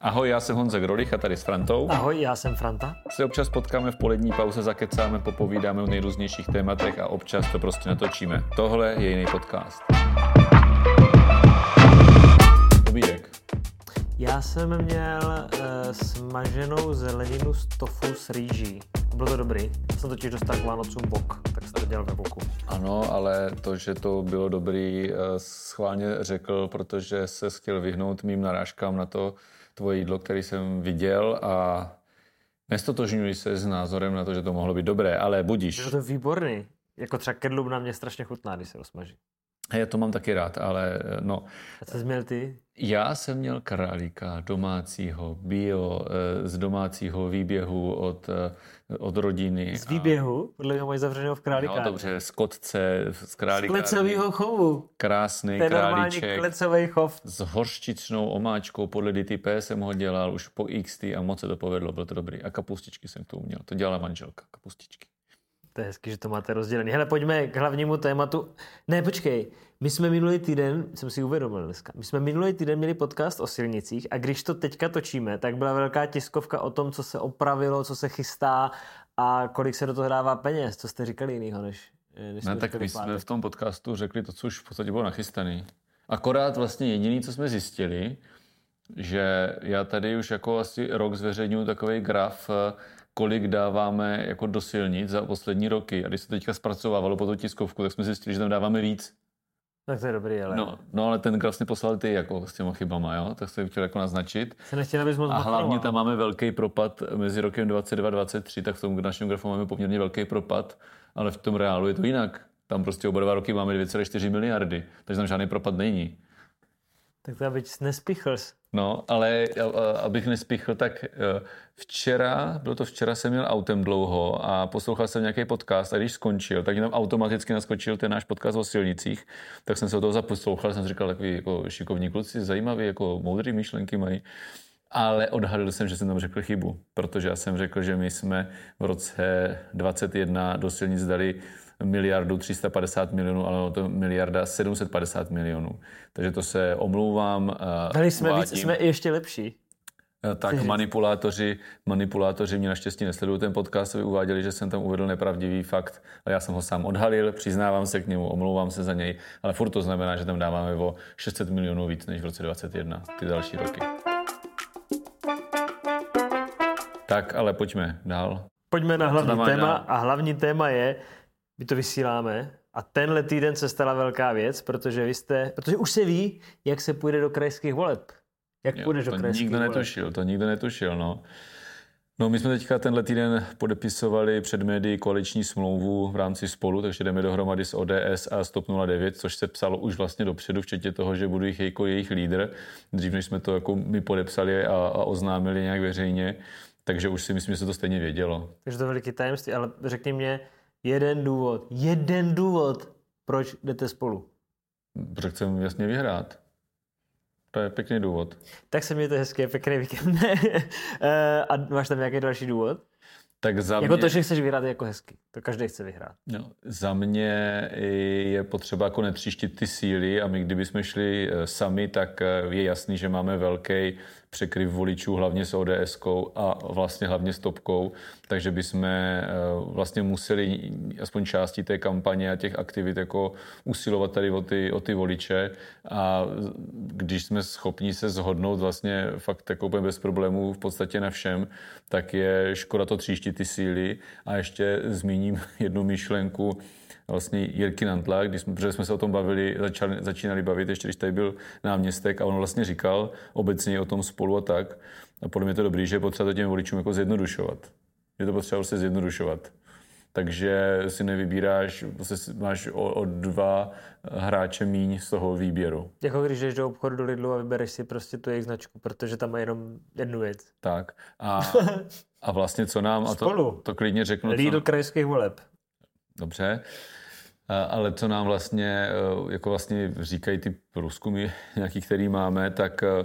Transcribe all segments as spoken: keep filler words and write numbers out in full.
Ahoj, já jsem Honza Grolich a tady s Frantou. Ahoj, já jsem Franta. Se občas potkáme v polední pauze, zakecáme, popovídáme o nejrůznějších tématech a občas to prostě natočíme. Tohle je jiný podcast. Obídek. Já jsem měl uh, smaženou zeleninu z tofu s rýží. Bylo to dobrý. Já jsem totiž dostal k Vánocům wok, tak jsem to dělal ve woku. Ano, ale to, že to bylo dobrý, schválně řekl, protože se chtěl vyhnout mým narážkám na to tvoje jídlo, který jsem viděl a nestotožňuji se s názorem na to, že to mohlo být dobré, ale budíš. Je to výborný. Jako třeba kedlub na mě strašně chutná, když se rozmaží. Já to mám taky rád, ale no. A co jsi měl ty? Já jsem měl králíka domácího, bio, z domácího výběhu od, od rodiny. Z výběhu? Podle mě mají zavřeného v králíka. No dobře, z kotce, z králíka. Z klecového chovu. Krásný to je králíček. Klecový chov. S hořčičnou omáčkou podle D T P jsem ho dělal už po X T a moc se to povedlo, bylo to dobrý. A kapustičky jsem k tomu měl, to dělala manželka, kapustičky. To je hezky, že to máte rozdělený. Hele, pojďme k hlavnímu tématu. Ne, počkej. My jsme minulý týden, jsem si uvědomil dneska, my jsme minulý týden měli podcast o silnicích a když to teďka točíme, tak byla velká tiskovka o tom, co se opravilo, co se chystá a kolik se do toho dává peněz. Co jste říkali jinýho, než, než Ne, tak my jsme v tom podcastu řekli to, co už v podstatě bylo nachystaný. Akorát vlastně jediný, co jsme zjistili, že já tady už jako asi rok zveřejňuji takovej graf, kolik dáváme jako do silnic za poslední roky. A když se teďka zpracovávalo po tu tiskovku, tak jsme zjistili, že tam dáváme víc. Tak to je dobrý, ale... No, no ale ten graf si poslal ty jako s těma chybama, jo? Tak jsem chtěl jako naznačit. Se nechtěl, abys moc a hlavně tam máme velký propad mezi rokem dvacet dva dvacet tři, tak v tom našem grafu máme poměrně velký propad, ale v tom reálu je to jinak. Tam prostě oba dva roky máme dvě celé čtyři miliardy, takže tam žádný propad není. Tak to abych nespichl. No, ale abych nespichl, tak včera, bylo to včera, jsem měl autem dlouho a poslouchal jsem nějaký podcast a když skončil, tak tam automaticky naskočil ten náš podcast o silnicích, tak jsem se o toho zaposlouchal, jsem si říkal, takový jako šikovní kluci, zajímavý, jako moudrý myšlenky mají. Ale odhalil jsem, že jsem tam řekl chybu, protože já jsem řekl, že my jsme v roce dvacet jedna do silnic dali miliardu tři sta padesát milionů, ale to miliarda sedm set padesát milionů. Takže to se omlouvám. Dali jsme víc, jsme ještě lepší. Tak manipulátoři, manipulátoři mě naštěstí nesledují ten podcast, aby uváděli, že jsem tam uvedl nepravdivý fakt, ale já jsem ho sám odhalil, přiznávám se k němu, omlouvám se za něj, ale furt to znamená, že tam dáváme o šest set milionů víc než v roce dvacet jedna, ty další roky. Tak, ale pojďme dál. Pojďme na hlavní téma dál? A hlavní téma je, my to vysíláme a tenhle týden se stala velká věc, protože vy jste, protože už se ví, jak se půjde do krajských voleb. Jak jo, půjdeš do krajských voleb? To nikdo netušil, to nikdo netušil, no. No, my jsme teďka tenhle týden podepisovali před médií koaliční smlouvu v rámci Spolu, takže jdeme dohromady s O D S a s TOP nula devět, což se psalo už vlastně dopředu, včetně toho, že budu jich jako jejich lídr, dřív než jsme to jako my podepsali a, a oznámili nějak veřejně, takže už si myslím, že se to stejně vědělo. Takže to je veliký tajemství, ale řekni mě, jeden důvod, jeden důvod, proč jdete Spolu. Protože chceme jasně vyhrát. To je pěkný důvod. Tak se mějte hezky, pěkný víkend. A máš tam nějaký další důvod? Tak za jako mě... to, že chceš vyhrát, je jako hezky. To každý chce vyhrát. No, za mě je potřeba jako netříštit ty síly a my kdybychom šli sami, tak je jasný, že máme velký překryv voličů, hlavně s ODSkou a vlastně hlavně s Topkou, takže bychom vlastně museli aspoň části té kampaně a těch aktivit jako usilovat tady o ty, o ty voliče a když jsme schopni se shodnout vlastně fakt jako bez problémů v podstatě na všem, tak je škoda to tříštit ty síly a ještě zmíním jednu myšlenku vlastně Jirky Nantla, když jsme, protože jsme se o tom bavili, začali, začínali bavit, ještě když tady byl náměstek a on vlastně říkal obecně o tom Spolu a tak. A podle mě to dobrý, že je potřeba to těm voličům jako zjednodušovat. Je to potřeba se zjednodušovat. Takže si nevybíráš, vlastně máš o, o dva hráče míň z toho výběru. Jako když jdeš do obchodu do Lidlu a vybereš si prostě tu jejich značku, protože tam má jenom jednu věc. Tak. A, a vlastně co nám... A to, to klidně řeknu... Lidl co... krajských voleb. Dobře. Ale co nám vlastně, jako vlastně říkají ty průzkumy nějaký, který máme, tak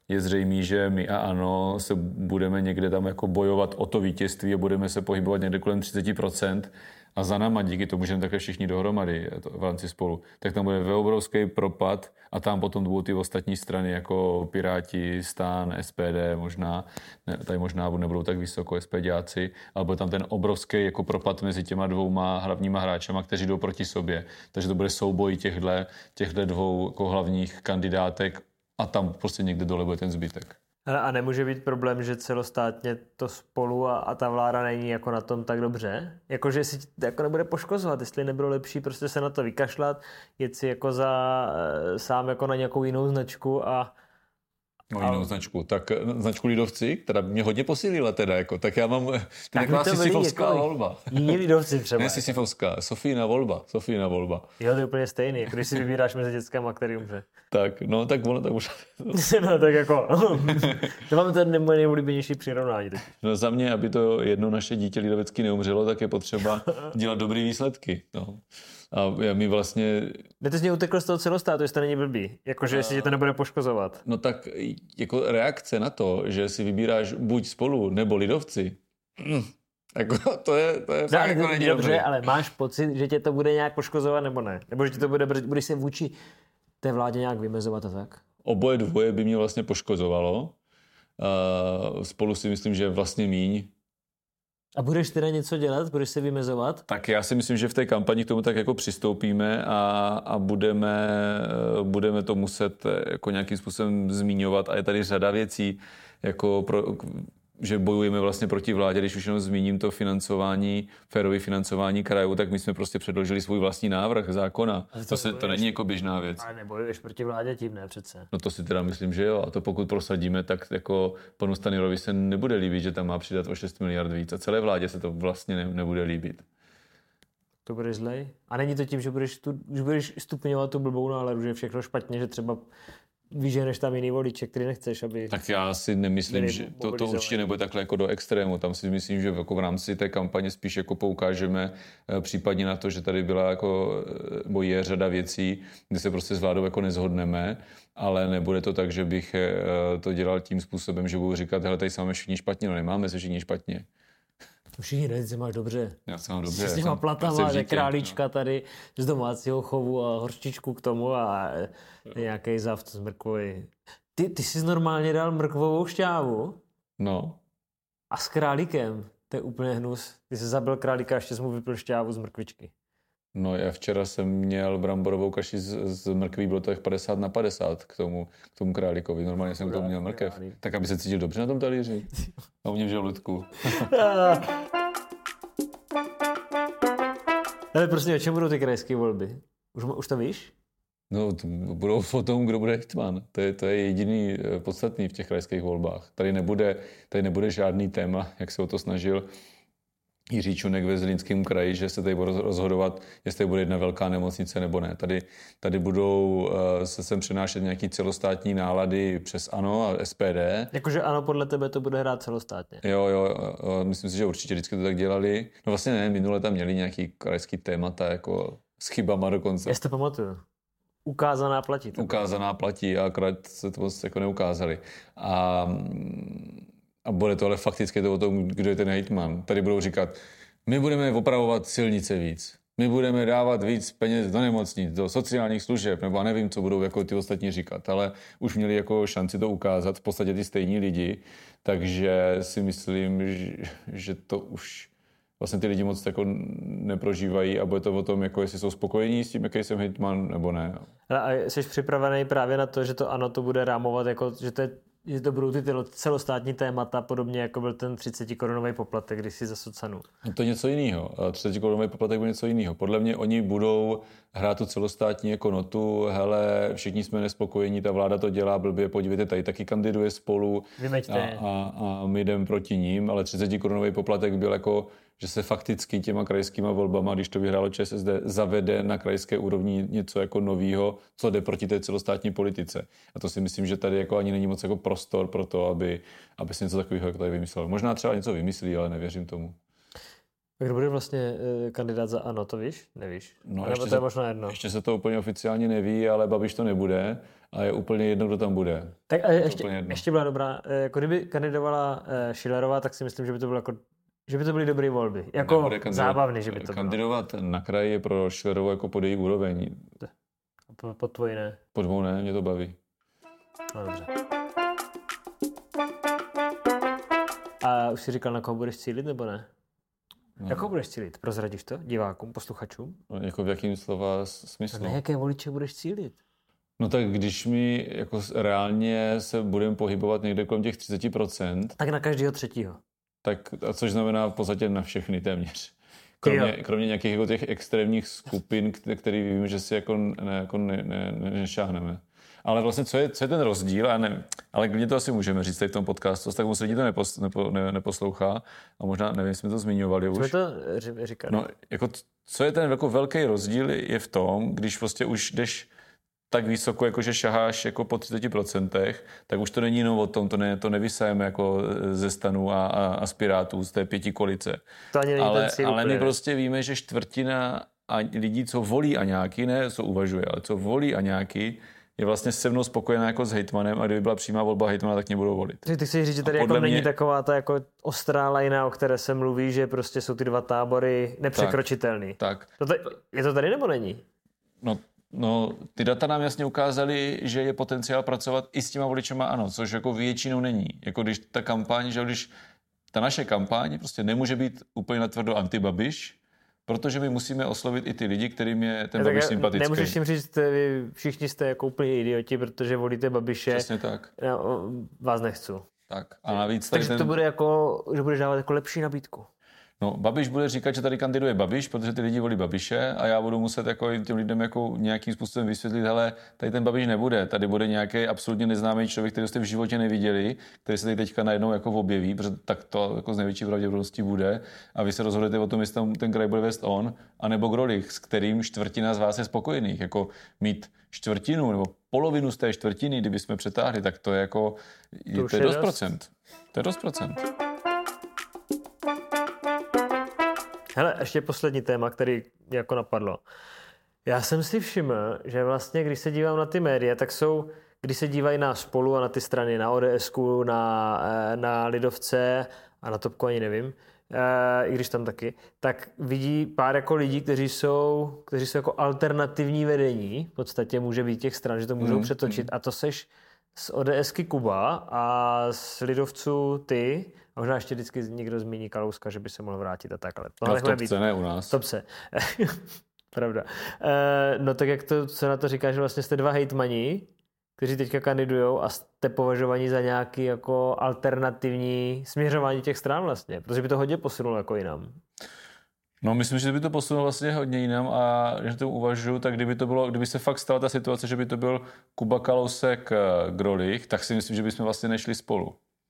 je zřejmé, že my a ANO se budeme někde tam jako bojovat o to vítězství a budeme se pohybovat někde kolem třicet procent a za náma, díky tomu, že jdeme takhle všichni dohromady v rámci Spolu, tak tam bude obrovský propad a tam potom budou ty ostatní strany jako Piráti, STAN, S P D možná, ne, tady možná nebudou tak vysoko SPDáci, ale bude tam ten obrovský jako propad mezi těma dvouma hlavníma hráčema, kteří jdou proti sobě. Takže to bude souboj těchto, těchto dvou jako hlavních kandidátek a tam prostě někde dole bude ten zbytek. A nemůže být problém, že celostátně to Spolu a, a ta vláda není jako na tom tak dobře? Jakože si jako nebude poškozovat, jestli nebylo lepší prostě se na to vykašlat, jet si jako za, sám jako na nějakou jinou značku a... No jinou a... značku, tak značku Lidovci, která mě hodně posílila teda, jako, tak já mám taková sisyfovská jako volba. Jiní Lidovci třeba. Ne sisyfovská, Sofína volba, Sofína volba. Jo, to je úplně stejný, jako když si vybíráš mezi dětskama, který umře. Tak, no tak ono tak už... no tak jako, to máme ten moje nejoblíbenější přirovnání. No za mě, aby to jedno naše dítě lidovecky neumřelo, tak je potřeba dělat dobrý výsledky, no. A my vlastně... Ne, ty jsi mě utekl z toho celostátu, jestli to není blbý. Jakože jestli tě to nebude poškozovat. No tak jako reakce na to, že si vybíráš buď Spolu nebo Lidovci, mm, jako to je, to je no, fakt jako není dobře, dobrý. Ale máš pocit, že tě to bude nějak poškozovat nebo ne? Nebo že ti to bude, budeš se vůči té vládě nějak vymezovat a tak? Oboje dvoje by mě vlastně poškozovalo. Uh, Spolu si myslím, že vlastně míň. A budeš teda něco dělat? Budeš se vymezovat? Tak já si myslím, že v té kampani k tomu tak jako přistoupíme a, a budeme, budeme to muset jako nějakým způsobem zmiňovat a je tady řada věcí, jako pro, že bojujeme vlastně proti vládě, když už jenom zmíním to financování, férové financování krajů, tak my jsme prostě předložili svůj vlastní návrh zákona. To, to, se, to není jako běžná věc. Ale nebojuješ proti vládě tím, ne přece. No to si teda myslím, že jo. A to pokud prosadíme, tak jako panu Stanjurovi se nebude líbit, že tam má přidat o šest miliard víc. A celé vládě se to vlastně ne, nebude líbit. To budeš zlej? A není to tím, že budeš, tu, že budeš stupňovat tu blbou náladu, že je všechno špatně, že třeba vyženeš tam jiný voliče, který nechceš, aby... Tak já si nemyslím, že to, to určitě nebude takhle jako do extrému. Tam si myslím, že jako v rámci té kampaně spíš jako poukážeme případně na to, že tady byla jako, bo je řada věcí, kde se prostě s vládou jako nezhodneme, ale nebude to tak, že bych to dělal tím způsobem, že budu říkat, hele, tady se máme všichni špatně, no nemáme se všichni špatně. Všichni ne, ty se máš dobře. Já se mám dobře. S těma platama, že králíčka no. tady z domácího chovu a horčičku k tomu a nějaký zaft z mrkvy. Ty, ty jsi normálně dal mrkvovou šťávu? No. A s králíkem? To je úplně hnus. Ty jsi zabil králíka a ještě jsi mu vypil šťávu z mrkvičky. No já včera jsem měl bramborovou kaši z, z mrkví, bylo to tak padesát na padesát k tomu, k tomu králíkovi. Normálně jsem k tomu měl mrkev. Tak aby se cítil dobře na tom talíři. A u mě v žaludku. Ale prostě o čem budou ty krajské volby? Už, už to víš? No, to budou o tom, kdo bude hejtman. To je, to je jediný podstatný v těch krajských volbách. Tady nebude, tady nebude žádný téma, jak se o to snažil Jiří Čunek ve Zlínském kraji, že se tady bude rozhodovat, jestli bude jedna velká nemocnice nebo ne. Tady, tady budou uh, se sem přenášet nějaký celostátní nálady přes ANO a S P D. Jakože ANO podle tebe to bude hrát celostátně. Jo, jo, jo, myslím si, že určitě vždycky to tak dělali. No vlastně ne, minule tam měli nějaký krajský témata, jako s chybama dokonce. Já si to pamatuju. Ukázaná platí. Ukázaná platí a akorát se to moc jako neukázali. A... A bude to ale fakticky to o tom, kdo je ten hejtman. Tady budou říkat, my budeme opravovat silnice víc. My budeme dávat víc peněz do nemocnic, do sociálních služeb, nebo nevím, co budou jako ty ostatní říkat, ale už měli jako šanci to ukázat, v podstatě ty stejní lidi, takže si myslím, že, že to už vlastně ty lidi moc jako neprožívají a bude to o tom, jako jestli jsou spokojení s tím, jaký jsem hejtman, nebo ne. A jsi připravený právě na to, že to ANO to bude rámovat, jako, že to je že to budou ty celostátní témata, podobně jako byl ten třicetikorunový poplatek, když si za socanu. To je něco jiného. třicetikorunový poplatek byl něco jiného. Podle mě oni budou hrát tu celostátní jako notu, hele, všichni jsme nespokojení, ta vláda to dělá blbě, podívejte, tady taky kandiduje Spolu a, a, a my jdeme proti ním, ale třicetikorunový poplatek byl jako, že se fakticky těma krajskýma volbama, když to vyhrálo ČSSD, zavede na krajské úrovni něco jako novýho, co jde proti té celostátní politice. A to si myslím, že tady jako ani není moc jako prostor pro to, aby, aby se něco takového jako tady vymyslel. Možná třeba něco vymyslí, ale nevěřím tomu. A kdo bude vlastně uh, kandidát za ANO, to víš? Nevíš? No, nebo ještě to je se, možná jedno? Ještě se to úplně oficiálně neví, ale Babiš to nebude a je úplně jedno, kdo tam bude. Tak a ještě, ještě byla dobrá, jako kdyby kandidovala uh, Schillerová, tak si myslím, že by to bylo jako že by to byly dobré volby. Jako zábavný, že by to kandidovat bylo. Na kraji je pro Schillerovou jako pod její úroveň. Pod, pod tvoji ne? Pod tvou ne, mě to baví. No dobře. A už jsi říkal, na koho budeš cílit, nebo ne? No. Jakou budeš cílit? Prozradíš to divákům, posluchačům? No, jako v jakým slova smyslu? Na jaké voliče budeš cílit? No tak když my jako reálně se budeme pohybovat někde kolem těch třicet procent. Tak na každého třetího. Tak, a což znamená v podstatě na všechny téměř. Kromě, kromě nějakých jako těch extrémních skupin, který vím, že si jako, ne, jako ne, ne, ne, nešáhneme. Ale vlastně, co je, co je ten rozdíl, já nevím, ale klidně to asi můžeme říct tady v tom podcastu, tak moc lidí to nepos, nepo, ne, neposlouchá a možná, nevím, jsme to zmiňovali už. Jsme to říkali. No, jako, co je ten jako velký rozdíl je v tom, když prostě už jdeš tak vysoko, jako že šaháš jako po třicet procent, tak už to není jenom o tom, to, ne, to nevysajeme jako ze stanů a, a aspirátů z té pěti kolice. To ani není ale, ten cíl ale my úplně. prostě víme, že čtvrtina a lidí, co volí Aňáky, ne co uvažuje, ale co volí Aňáky, je vlastně se mnou spokojená jako s hejtmanem a kdyby byla přímá volba hejtmana, tak mě budou volit. Ty chceš říct, že tady jako mě... není taková ta jako ostrá lajna, o které se mluví, že prostě jsou ty dva tábory nepřekročitelný. Tak. tak. To tady, je to tady nebo není? No, no, ty data nám jasně ukázaly, že je potenciál pracovat i s těma voličema ano, což jako většinou není. Jako když ta kampaň, že když ta naše kampaň prostě nemůže být úplně natvrdo anti-Babiš, protože my musíme oslovit i ty lidi, kterým je ten Babiš sympatický. Nemůžeš jim říct, vy všichni jste jako úplně idioti, protože volíte Babiše. Přesně tak. Já vás nechci. Tak. A navíc Takže ten... to bude jako, že budeš dávat jako lepší nabídku. No, Babiš bude říkat, že tady kandiduje Babiš, protože ty lidi volí Babiše a já budu muset jako těm lidem jako nějakým způsobem vysvětlit, hele, tady ten Babiš nebude, tady bude nějaký absolutně neznámý člověk, který jste v životě neviděli, který se tady teďka najednou jako objeví, protože tak to jako z největší pravděpodobností bude a vy se rozhodujete o tom, jestli tam ten kraj bude vést on, anebo Grolich, s kterým čtvrtina z vás je spokojených. Jako mít čtvrtinu nebo polovinu z té čtvrtiny, kdyby jsme přetáhli, tak to je jako, to, to je dost procent. To je dost procent. Hele, ještě poslední téma, který jako napadlo. Já jsem si všiml, že vlastně, když se dívám na ty média, tak jsou, když se dívají na Spolu a na ty strany, na ODSku, na, na Lidovce a na Topku ani nevím, i když tam taky, tak vidí pár jako lidí, kteří jsou, kteří jsou jako alternativní vedení, v podstatě může být těch stran, že to můžou mm, přetočit. Mm. A to seš z ODSky Kuba a z Lidovců ty, a možná ještě vždycky někdo zmíní Kalouska, že by se mohl vrátit a takhle. A v Topce, ne u nás. V Topce. Pravda. E, no tak jak to, co na to říkáš, že vlastně jste dva hejtmani, kteří teďka kandidujou a jste považovaní za nějaký jako alternativní směřování těch stran vlastně, protože by to hodně posunulo jako jinam. No, myslím, že by to posunulo vlastně hodně jinam a že to uvažuji, tak kdyby to bylo, kdyby se fakt stala ta situace, že by to byl Kuba, Kalousek, Grolich, tak si myslím, že bychom vlastně nešli spolu.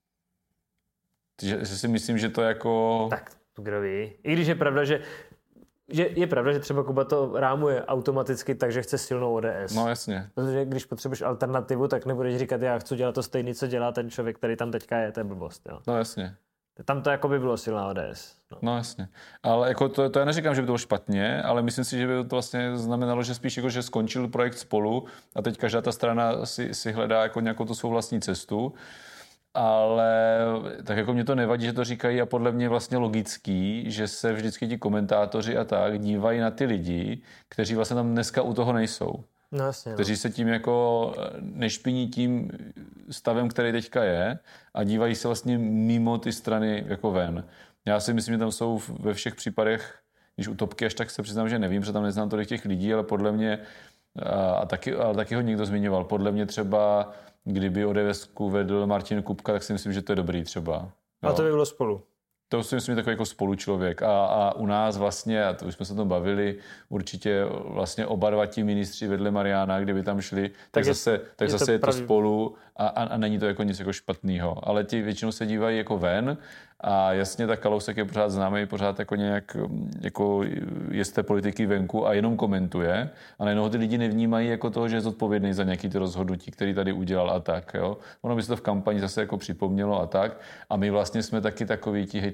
Že si myslím, že to jako... Tak, kdo ví. I když je pravda, že, že je pravda, že třeba Kuba to rámuje automaticky, takže chce silnou O D S. No jasně. Protože když potřebuješ alternativu, tak nebudeš říkat, já chci dělat to stejný, co dělá ten člověk, který tam teďka je, to je blbost. Jo. No jasně. Tam to jako by bylo silná O D S. No, no jasně. Ale jako to, to já neříkám, že by to bylo špatně, ale myslím si, že by to vlastně znamenalo, že spíš jako, že skončil projekt Spolu a teď každá ta strana si, si hledá jako nějakou tu svou vlastní cestu. Ale tak jako mě to nevadí, že to říkají a podle mě vlastně logický, že se vždycky ti komentátoři a tak dívají na ty lidi, kteří vlastně tam dneska u toho nejsou. No jasně, kteří no. se tím jako nešpiní tím stavem, který teďka je a dívají se vlastně mimo ty strany jako ven. Já si myslím, že tam jsou ve všech případech, když u Topky až tak se přiznám, že nevím, protože tam neznám tolik těch lidí, ale podle mě, a taky, ale taky ho někdo zmiňoval, podle mě třeba kdyby O D Sku vedl Martin Kupka, tak si myslím, že to je dobrý třeba. Jo. A to by bylo Spolu. To si myslím, že takový jako spolučlověk. A, a u nás vlastně, a to už jsme se o tom bavili, určitě vlastně oba dva ti ministři vedle Mariána, kdyby tam šli, tak, tak je, zase, tak je, zase to je to pravý... Spolu a, a, a není to jako nic jako špatného. Ale ti většinou se dívají jako ven a jasně tak Kalousek je pořád známý, pořád jako nějak jako je z té politiky venku a jenom komentuje. A najednou ty lidi nevnímají jako toho, že je zodpovědný za nějaký ty rozhodnutí, který tady udělal a tak. Jo? Ono by se to v kampani zase jako připomnělo a tak. A my vlastně jsme taky takoví ti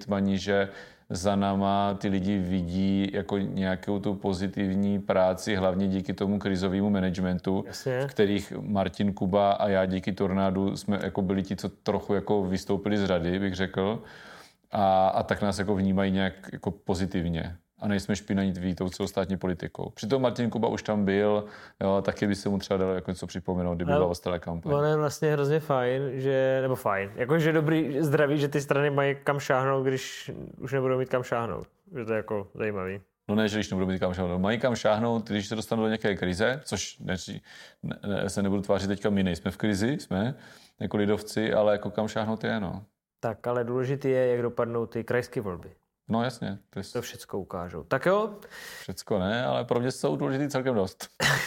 hejtmani, že za náma ty lidi vidí jako nějakou tu pozitivní práci, hlavně díky tomu krizovému managementu, Jasně. v kterých Martin Kuba a já díky Tornádu jsme jako byli ti, co trochu jako vystoupili z řady, bych řekl. A, a tak nás jako vnímají nějak jako pozitivně. A nejsme špinaví tou celostátní politikou. Přitom Martin Kuba už tam byl, jo, taky by se mu třeba dalo jako něco připomenout, kdyby byla ostrá kampaň. Ono je vlastně hrozně fajn, že, nebo fajn, jakože dobrý, zdravý, že ty strany mají kam šáhnout, když už nebudou mít kam šáhnout. Že to je jako zajímavý. No ne, že když nebudou mít kam šáhnout. Mají kam šáhnout, když se dostanou do nějaké krize, což ne, ne, ne, se nebudu tvářit teďka, my nejsme v krizi, jsme jako lidovci, ale jako kam šáhnout je, no. Tak, ale důležité je, jak dopadnou ty krajské volby. No jasně. To, je... to všecko ukážou. Tak jo? Všecko ne, ale pro mě jsou důležitý celkem dost.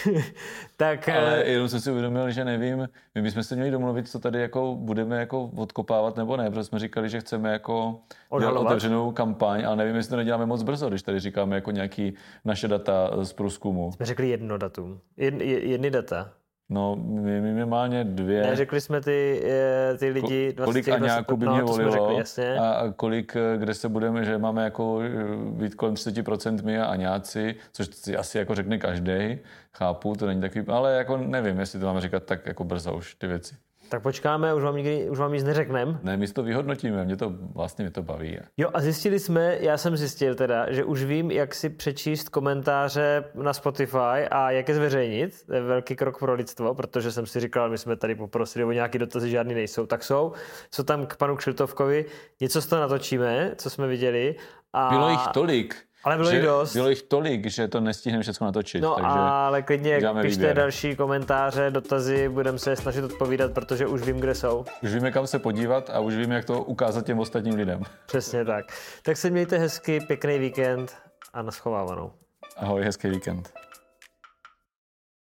tak, ale jenom jsem si uvědomil, že nevím, my bychom se měli domluvit, co tady jako budeme jako odkopávat nebo ne, protože jsme říkali, že chceme jako dělat otevřenou kampaň, ale nevím, jestli to neděláme moc brzo, když tady říkáme jako nějaký naše data z průzkumu. Jsme řekli jedno datum, Jed, jedny data. No, minimálně dvě. Ne, řekli jsme ty, ty lidi... Ko, kolik Aňáků by mě no, volilo řekli, jasně. A kolik, kde se budeme, že máme jako být kolem třicet procent my a Aňáci, což si asi jako řekne každý, chápu, to není takový, ale jako nevím, jestli to máme říkat tak jako brzo už ty věci. Tak počkáme, už vám, nikdy, už vám nic neřekneme. Ne, my to vyhodnotíme, mě to vlastně mě to baví. Jo a zjistili jsme, já jsem zjistil teda, že už vím, jak si přečíst komentáře na Spotify a jak je zveřejnit. To je velký krok pro lidstvo, protože jsem si říkal, my jsme tady poprosili o nějaký dotazy, žádný nejsou. Tak jsou, jsou tam k panu Kšiltovkovi, něco z toho natočíme, co jsme viděli. A... Bylo jich tolik. Ale bylo jich dost. Bylo jich tolik, že to nestihneme všechno natočit. No takže ale klidně pište výběr. další komentáře, dotazy, budeme se snažit odpovídat, protože už vím, kde jsou. Už víme, kam se podívat a už víme, jak to ukázat těm ostatním lidem. Přesně tak. Tak se mějte hezky, pěkný víkend a naschovávanou. Ahoj, hezký víkend.